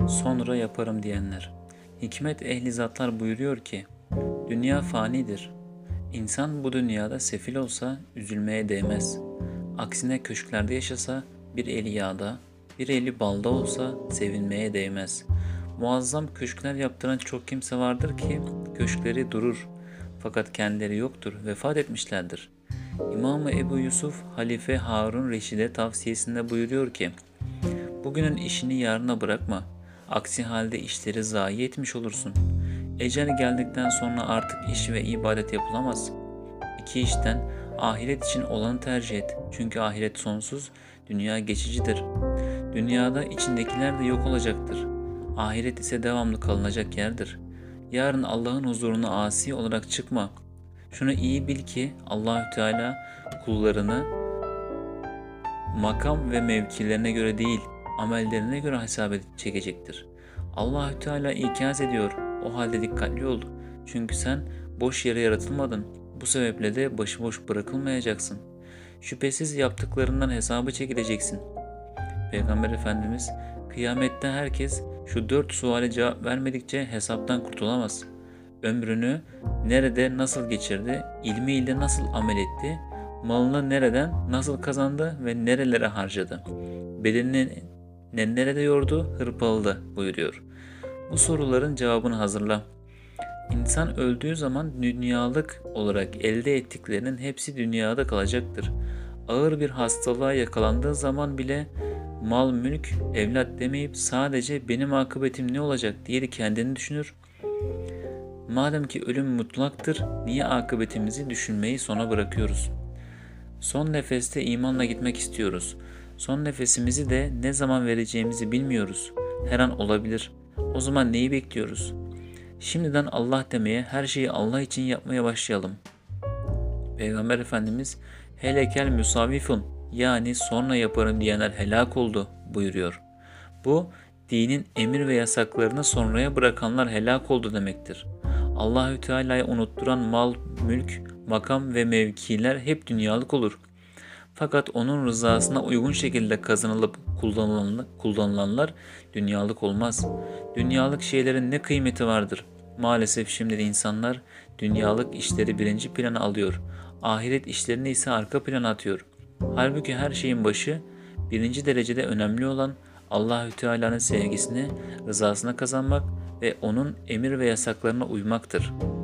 sonra yaparım diyenler. Hikmet ehli zatlar buyuruyor ki, dünya fanidir. İnsan bu dünyada sefil olsa üzülmeye değmez. Aksine köşklerde yaşasa bir eli yağda, bir eli balda olsa sevinmeye değmez. Muazzam köşkler yaptıran çok kimse vardır ki köşkleri durur. Fakat kendileri yoktur, vefat etmişlerdir. İmam-ı Ebu Yusuf Halife Harun Reşid'e tavsiyesinde buyuruyor ki, bugünün işini yarına bırakma. Aksi halde işleri zayi etmiş olursun. Ecel geldikten sonra artık iş ve ibadet yapılamaz. İki işten ahiret için olanı tercih et. Çünkü ahiret sonsuz, dünya geçicidir. Dünyada içindekiler de yok olacaktır. Ahiret ise devamlı kalınacak yerdir. Yarın Allah'ın huzuruna asi olarak çıkma. Şunu iyi bil ki Allahü Teala kullarını makam ve mevkilerine göre değil, amellerine göre hesap çekecektir. Allahü Teala ikaz ediyor. O halde dikkatli ol. Çünkü sen boş yere yaratılmadın. Bu sebeple de başıboş bırakılmayacaksın. Şüphesiz yaptıklarından hesabı çekileceksin. Peygamber Efendimiz, kıyamette herkes şu 4 suale cevap vermedikçe hesaptan kurtulamaz. Ömrünü nerede nasıl geçirdi, ilmiyle nasıl amel etti, malını nereden nasıl kazandı ve nerelere harcadı, bedenini nerede yordu, hırpaladı buyuruyor. Bu soruların cevabını hazırla. İnsan öldüğü zaman dünyalık olarak elde ettiklerinin hepsi dünyada kalacaktır. Ağır bir hastalığa yakalandığı zaman bile mal, mülk, evlat demeyip sadece benim akıbetim ne olacak diye kendini düşünür. Madem ki ölüm mutlaktır, niye akıbetimizi düşünmeyi sona bırakıyoruz? Son nefeste imanla gitmek istiyoruz. Son nefesimizi de ne zaman vereceğimizi bilmiyoruz. Her an olabilir. O zaman neyi bekliyoruz? Şimdiden Allah demeye, her şeyi Allah için yapmaya başlayalım. Peygamber Efendimiz, helekel musavifun, yani sonra yaparım diyenler helak oldu buyuruyor. Bu, dinin emir ve yasaklarını sonraya bırakanlar helak oldu demektir. Allahü Teala'yı unutturan mal, mülk, makam ve mevkiler hep dünyalık olur. Fakat onun rızasına uygun şekilde kazanılıp kullanılanlar dünyalık olmaz. Dünyalık şeylerin ne kıymeti vardır? Maalesef şimdi de insanlar dünyalık işleri birinci plana alıyor. Ahiret işlerini ise arka plana atıyor. Halbuki her şeyin başı, birinci derecede önemli olan Allahü Teala'nın sevgisini, rızasına kazanmak ve onun emir ve yasaklarına uymaktır.